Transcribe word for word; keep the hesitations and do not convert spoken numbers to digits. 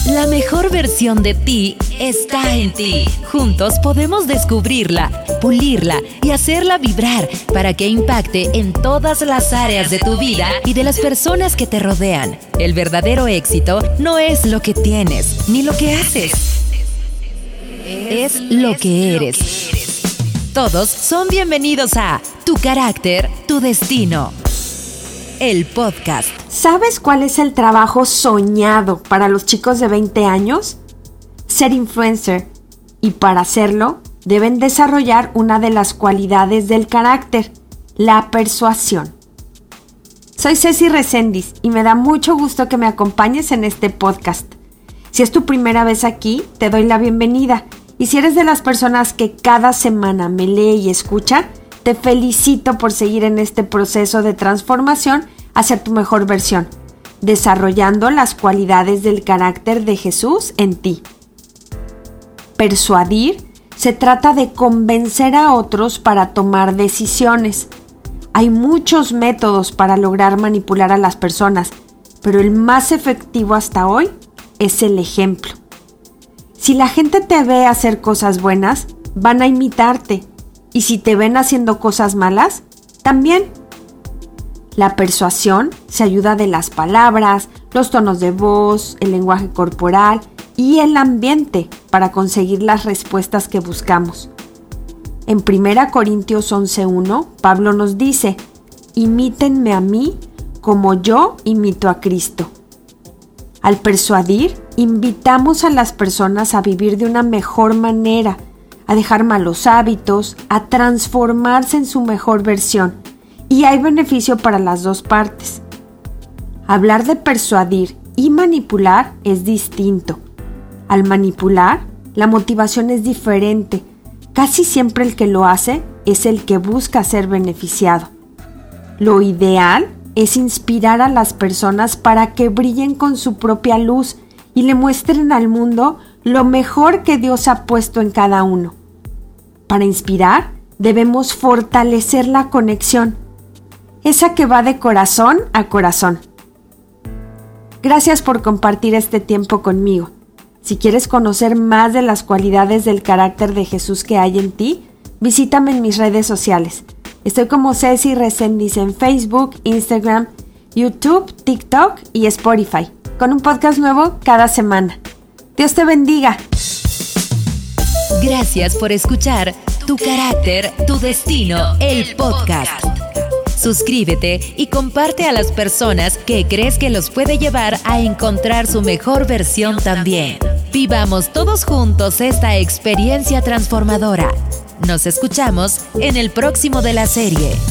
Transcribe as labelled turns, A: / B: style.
A: La mejor versión de ti está en ti. Juntos podemos descubrirla, pulirla y hacerla vibrar para que impacte en todas las áreas de tu vida y de las personas que te rodean. El verdadero éxito no es lo que tienes ni lo que haces. Es lo que eres. Todos son bienvenidos a Tu Carácter, Tu Destino, el podcast.
B: ¿Sabes cuál es el trabajo soñado para los chicos de veinte años? Ser influencer. Y para hacerlo, deben desarrollar una de las cualidades del carácter, la persuasión. Soy Ceci Reséndiz y me da mucho gusto que me acompañes en este podcast. Si es tu primera vez aquí, te doy la bienvenida. Y si eres de las personas que cada semana me lee y escucha, te felicito por seguir en este proceso de transformación hacia tu mejor versión, desarrollando las cualidades del carácter de Jesús en ti. Persuadir se trata de convencer a otros para tomar decisiones. Hay muchos métodos para lograr manipular a las personas, pero el más efectivo hasta hoy es el ejemplo. Si la gente te ve hacer cosas buenas, van a imitarte, y si te ven haciendo cosas malas, también. La persuasión se ayuda de las palabras, los tonos de voz, el lenguaje corporal y el ambiente para conseguir las respuestas que buscamos. En primera Corintios once uno, Pablo nos dice: imítenme a mí como yo imito a Cristo. Al persuadir, invitamos a las personas a vivir de una mejor manera, a dejar malos hábitos, a transformarse en su mejor versión. Y hay beneficio para las dos partes. Hablar de persuadir y manipular es distinto. Al manipular, la motivación es diferente. Casi siempre el que lo hace es el que busca ser beneficiado. Lo ideal es inspirar a las personas para que brillen con su propia luz y le muestren al mundo lo mejor que Dios ha puesto en cada uno. Para inspirar, debemos fortalecer la conexión, esa que va de corazón a corazón. Gracias por compartir este tiempo conmigo. Si quieres conocer más de las cualidades del carácter de Jesús que hay en ti, visítame en mis redes sociales. Estoy como Ceci Reséndiz en Facebook, Instagram, YouTube, TikTok y Spotify, con un podcast nuevo cada semana. Dios te bendiga.
A: Gracias por escuchar Tu Carácter, Tu Destino, el podcast. Suscríbete y comparte a las personas que crees que los puede llevar a encontrar su mejor versión también. Vivamos todos juntos esta experiencia transformadora. Nos escuchamos en el próximo de la serie.